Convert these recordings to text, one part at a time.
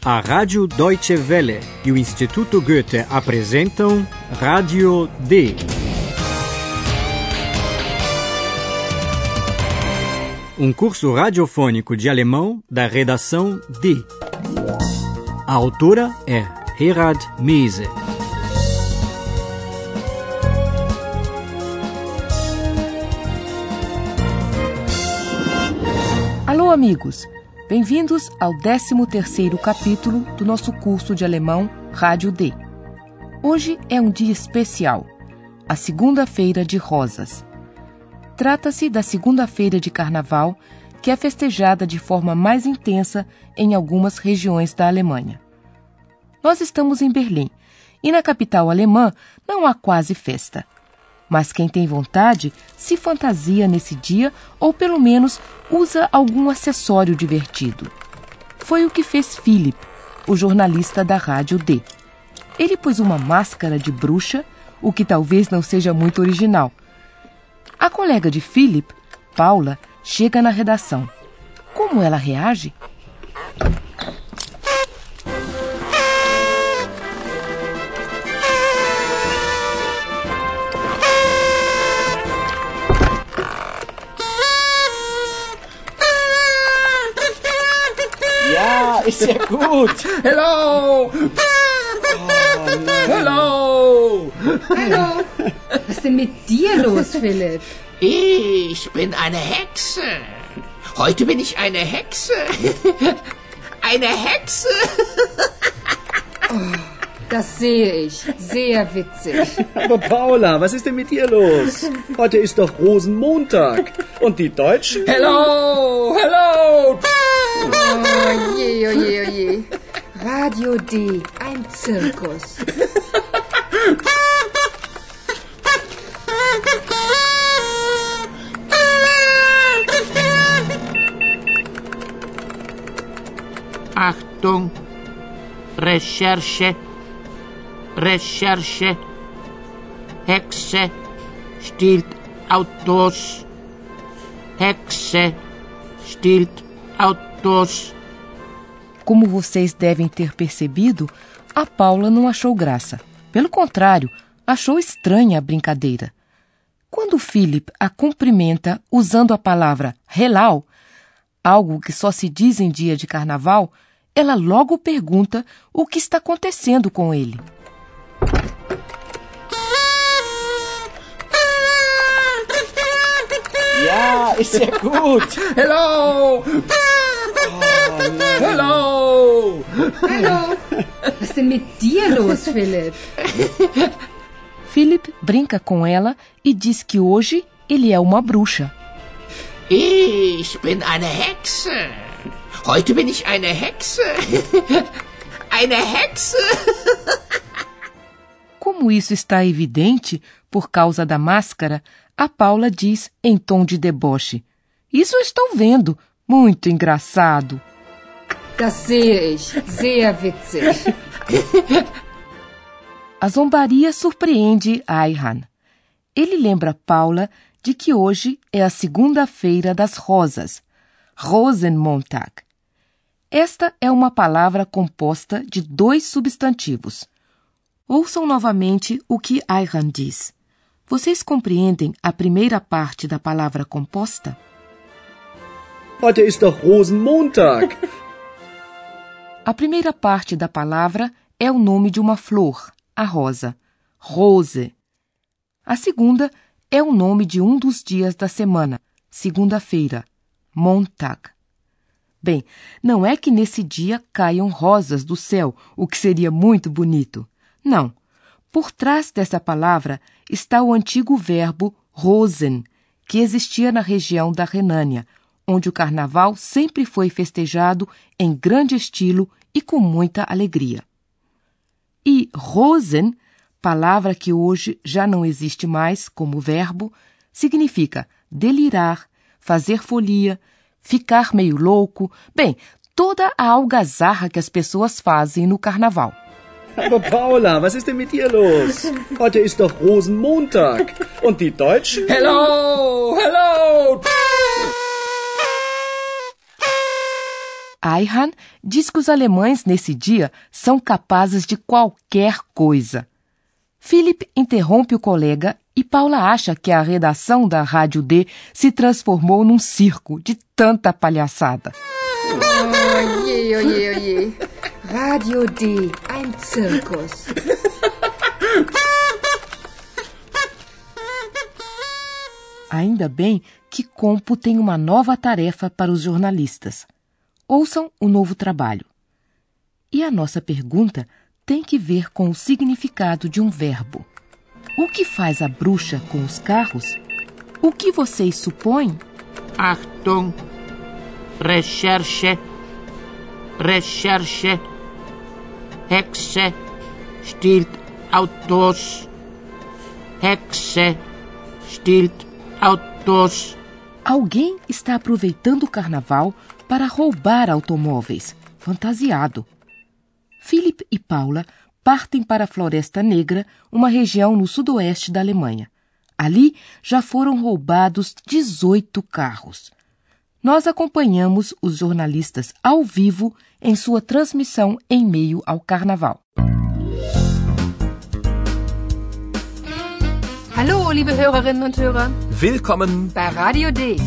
A Rádio Deutsche Welle e o Instituto Goethe apresentam Rádio D. Um curso radiofônico de alemão da redação D. A autora é Herald Mese. Alô, amigos! Bem-vindos ao 13º capítulo do nosso curso de alemão Rádio D. Hoje é um dia especial, a Segunda-feira de Rosas. Trata-se da segunda-feira de Carnaval, que é festejada de forma mais intensa em algumas regiões da Alemanha. Nós estamos em Berlim, e na capital alemã não há quase festa. Mas quem tem vontade se fantasia nesse dia ou pelo menos usa algum acessório divertido. Foi o que fez Philipp, o jornalista da Rádio D. Ele pôs uma máscara de bruxa, o que talvez não seja muito original. A colega de Philipp, Paula, chega na redação. Como ela reage? Ja, ist sehr gut. Hello! Hello! Hallo! Was ist denn mit dir los, Philipp? Ich bin eine Hexe. Heute bin ich eine Hexe. Eine Hexe. Oh, das sehe ich. Sehr witzig. Aber Paula, was ist denn mit dir los? Heute ist doch Rosenmontag. Und die Deutschen? Hello! Hello! Oh je, oh je, oh je. Radio D, ein Zirkus. Achtung! Recherche! Recherche! Hexe stiehlt Autos! Hexe stiehlt Autos! Como vocês devem ter percebido, a Paula não achou graça. Pelo contrário, achou estranha a brincadeira. Quando Philipp a cumprimenta usando a palavra Hello, algo que só se diz em dia de carnaval, ela logo pergunta o que está acontecendo com ele. Ja, ist sehr gut. Hello! Hello! Hallo! Was ist denn mit dir los, Philipp? Philipp brinca com ela e diz que hoje ele é uma bruxa. Ich bin eine Hexe. Heute bin ich eine Hexe. Eine Hexe. Como isso está evidente por causa da máscara, a Paula diz em tom de deboche: "Isso eu estou vendo. Muito engraçado." Das sehe ich. Sehr witzig. A zombaria surpreende Ayhan. Ele lembra Paula de que hoje é a segunda-feira das rosas, Rosenmontag. Esta é uma palavra composta de 2 substantivos. Ouçam novamente o que Ayhan diz. Vocês compreendem a primeira parte da palavra composta? Heute ist doch Rosenmontag. A primeira parte da palavra é o nome de uma flor, a rosa, Rose. A segunda é o nome de um dos dias da semana, segunda-feira, Montag. Bem, não é que nesse dia caiam rosas do céu, o que seria muito bonito. Não. Por trás dessa palavra está o antigo verbo rosen, que existia na região da Renânia, onde o carnaval sempre foi festejado em grande estilo e com muita alegria. E rosen, palavra que hoje já não existe mais como verbo, significa delirar, fazer folia, ficar meio louco, bem, toda a algazarra que as pessoas fazem no carnaval. Aber Paula, was ist denn mit dir los? Heute ist doch Rosenmontag. Und die Deutschen? Hello! Hello! Ayhan diz que os alemães, nesse dia, são capazes de qualquer coisa. Philip interrompe o colega e Paula acha que a redação da Rádio D se transformou num circo de tanta palhaçada. Oh je, oh je, oh je. Radio D, ein Zirkus. Ainda bem que Compo tem uma nova tarefa para os jornalistas. Ouçam o novo trabalho. E a nossa pergunta tem que ver com o significado de um verbo. O que faz a bruxa com os carros? O que vocês supõem? Achtung, Recherche, Recherche, Hexe, stiehlt Autos, Hexe, stiehlt Autos. Alguém está aproveitando o carnaval para roubar automóveis, fantasiado. Philip e Paula partem para a Floresta Negra, uma região no sudoeste da Alemanha. Ali já foram roubados 18 carros. Nós acompanhamos os jornalistas ao vivo em sua transmissão em meio ao carnaval. Hallo, liebe Hörerinnen und Hörer. Willkommen Bei Radio D.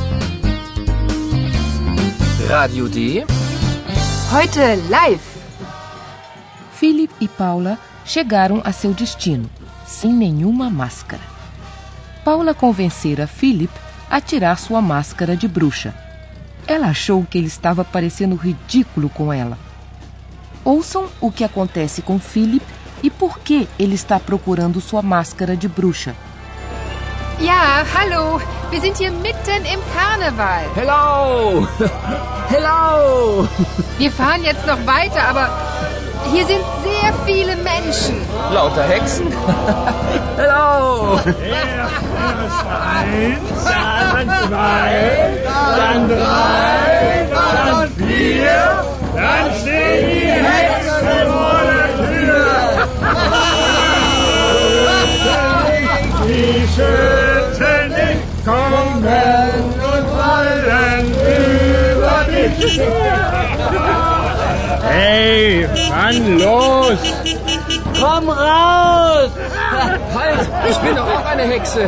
Radio D. Heute live. Philip e Paula chegaram a seu destino, sem nenhuma máscara. Paula convencera Philip a tirar sua máscara de bruxa. Ela achou que ele estava parecendo ridículo com ela. Ouçam o que acontece com Philip e por que ele está procurando sua máscara de bruxa. Ja, hallo. Wir sind hier mitten im Karneval. Hello! Hello! Wir fahren jetzt noch weiter, aber hier sind sehr viele Menschen. Lauter Hexen? Hello! Erst eins, dann zwei, dann drei, dann vier, dann stehen die Hexen vor der Tür. Die Schützen nicht kommen und fallen über dich. Hey, wann los? Komm raus! Halt! Ich bin doch auch eine Hexe!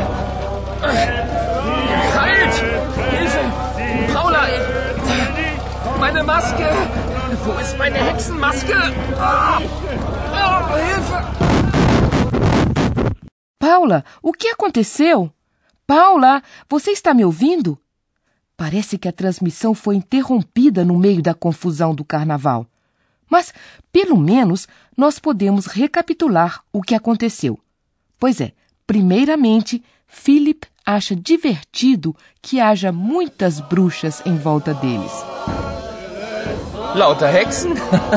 Halt! Hilfe! Paula! Meine Maske! Wo ist meine Hexenmaske? Oh, Hilfe! Paula, o que aconteceu? Paula, você está me ouvindo? Parece que a transmissão foi interrompida no meio da confusão do carnaval. Mas, pelo menos, nós podemos recapitular o que aconteceu. Pois é, primeiramente, Philip acha divertido que haja muitas bruxas em volta deles. Lauter Hexen?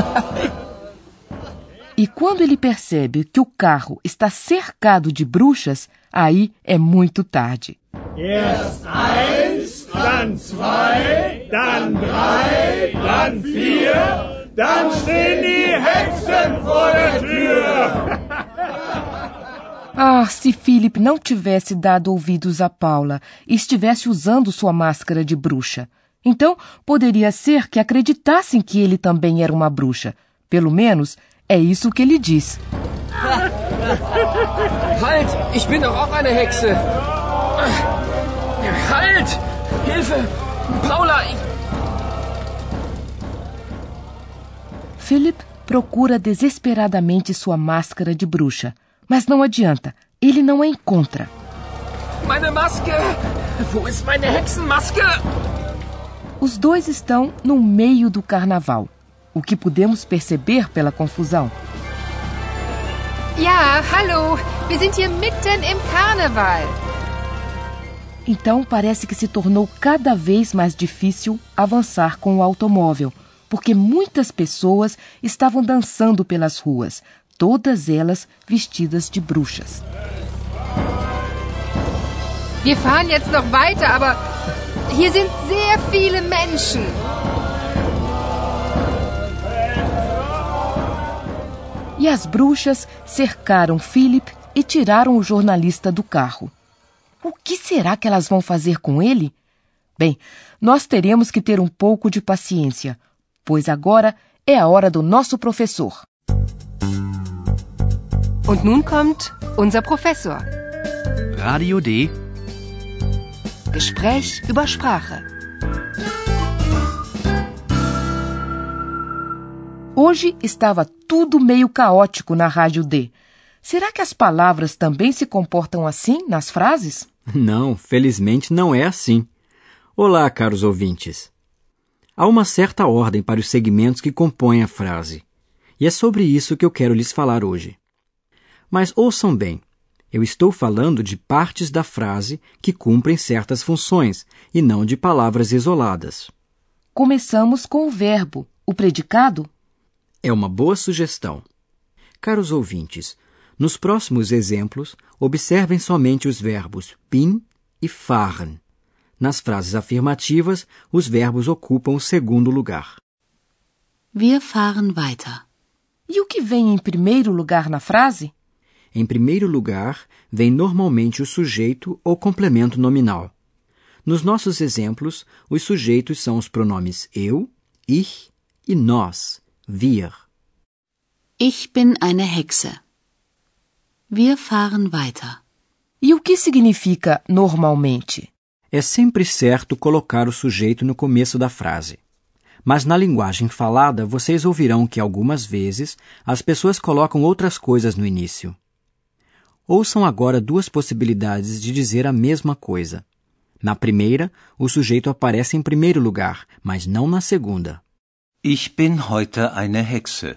E quando ele percebe que o carro está cercado de bruxas, aí é muito tarde. Erst eins, dann zwei, dann drei, dann vier, dann stehen die Hexen vor der Tür. Ah, se Philip não tivesse dado ouvidos a Paula e estivesse usando sua máscara de bruxa, então poderia ser que acreditassem que ele também era uma bruxa. Pelo menos, é isso que ele diz. Halt! Ich bin doch auch eine Hexe! Halt! Hilfe! Paula! Philip procura desesperadamente sua máscara de bruxa, mas não adianta, ele não a encontra. Meine Maske! Wo ist meine Hexenmaske? Os dois estão no meio do carnaval, o que podemos perceber pela confusão. Ja, hallo. Wir sind hier mitten im Karneval. Então parece que se tornou cada vez mais difícil avançar com o automóvel, porque muitas pessoas estavam dançando pelas ruas, todas elas vestidas de bruxas. Wir fahren jetzt noch weiter, aber hier sind sehr viele Menschen. E as bruxas cercaram Philip e tiraram o jornalista do carro. O que será que elas vão fazer com ele? Bem, nós teremos que ter um pouco de paciência. pois agora é a hora do nosso professor. Und nun kommt unser Professor. Radio D. Gespräch über Sprache. Hoje estava tudo meio caótico na Rádio D. Será que as palavras também se comportam assim nas frases? Não, felizmente não é assim. Olá, caros ouvintes. Há uma certa ordem para os segmentos que compõem a frase. E é sobre isso que eu quero lhes falar hoje. Mas ouçam bem, eu estou falando de partes da frase que cumprem certas funções e não de palavras isoladas. Começamos com o verbo, o predicado. É uma boa sugestão. Caros ouvintes, nos próximos exemplos, observem somente os verbos bin e fahren. Nas frases afirmativas, os verbos ocupam o segundo lugar. Wir fahren weiter. E o que vem em primeiro lugar na frase? Em primeiro lugar, vem normalmente o sujeito ou complemento nominal. Nos nossos exemplos, os sujeitos são os pronomes eu, ich e nós, wir. Ich bin eine Hexe. Wir fahren weiter. E o que significa normalmente? É sempre certo colocar o sujeito no começo da frase. Mas na linguagem falada, vocês ouvirão que algumas vezes as pessoas colocam outras coisas no início. Ouçam agora duas possibilidades de dizer a mesma coisa. Na primeira, o sujeito aparece em primeiro lugar, mas não na segunda. Ich bin heute eine Hexe.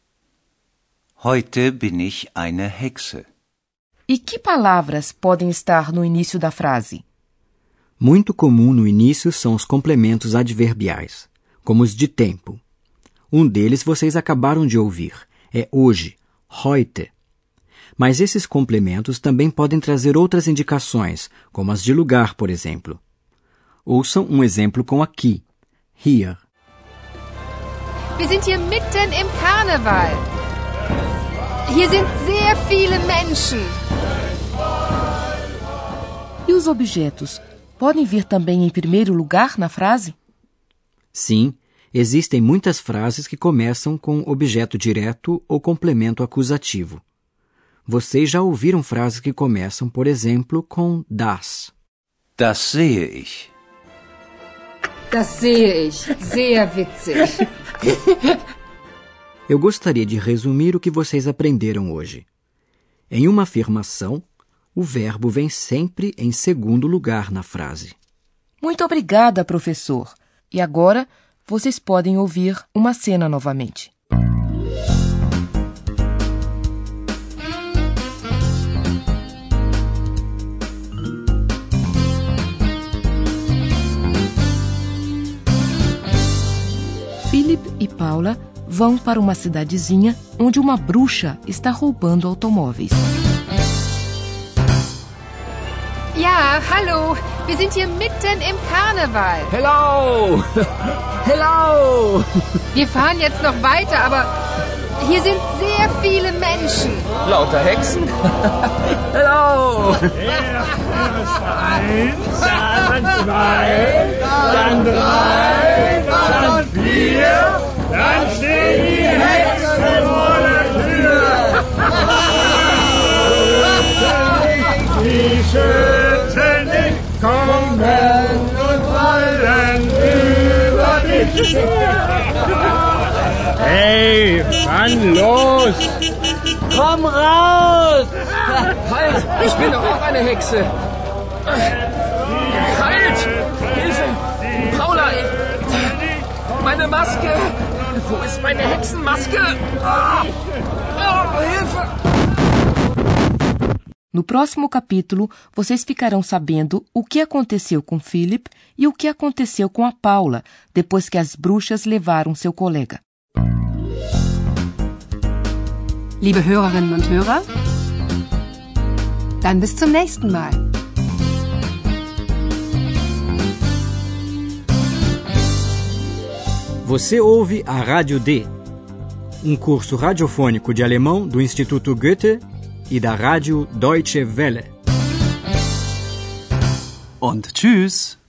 Heute bin ich eine Hexe. E que palavras podem estar no início da frase? Muito comum no início são os complementos adverbiais, como os de tempo. Um deles vocês acabaram de ouvir, é hoje, heute. Mas esses complementos também podem trazer outras indicações, como as de lugar, por exemplo. Ouçam um exemplo com aqui, hier. Wir sind hier mitten im Karneval. Hier sind sehr viele Menschen. E os objetos podem vir também em primeiro lugar na frase? Sim, existem muitas frases que começam com objeto direto ou complemento acusativo. Vocês já ouviram frases que começam, por exemplo, com das. Das sehe ich. Das sehe ich. Sehr witzig. Eu gostaria de resumir o que vocês aprenderam hoje. Em uma afirmação, o verbo vem sempre em segundo lugar na frase. Muito obrigada, professor. E agora, vocês podem ouvir uma cena novamente. Philip e Paula vão para uma cidadezinha onde uma bruxa está roubando automóveis. Ja, hallo. Wir sind hier mitten im Karneval. Hello! Hello! Wir fahren jetzt noch weiter, aber hier sind sehr viele Menschen. Lauter Hexen? Hello! Erst eins, dann zwei, dann drei, dann vier, dann stehen die Hexen vor der Tür. Die Schützen nicht kommen und fallen über dich. Hey, Mann, los! Komm raus! Halt! Ich bin doch auch eine Hexe! Halt! Hilfe! Paula! Meine Maske! Wo ist meine Hexenmaske? Oh, Hilfe! No próximo capítulo, vocês ficarão sabendo o que aconteceu com Philip e o que aconteceu com a Paula depois que as bruxas levaram seu colega. Liebe Hörerinnen und Hörer, dann bis zum nächsten Mal. Você ouve a Rádio D, um curso radiofônico de alemão do Instituto Goethe e da Rádio Deutsche Welle. Und tschüss!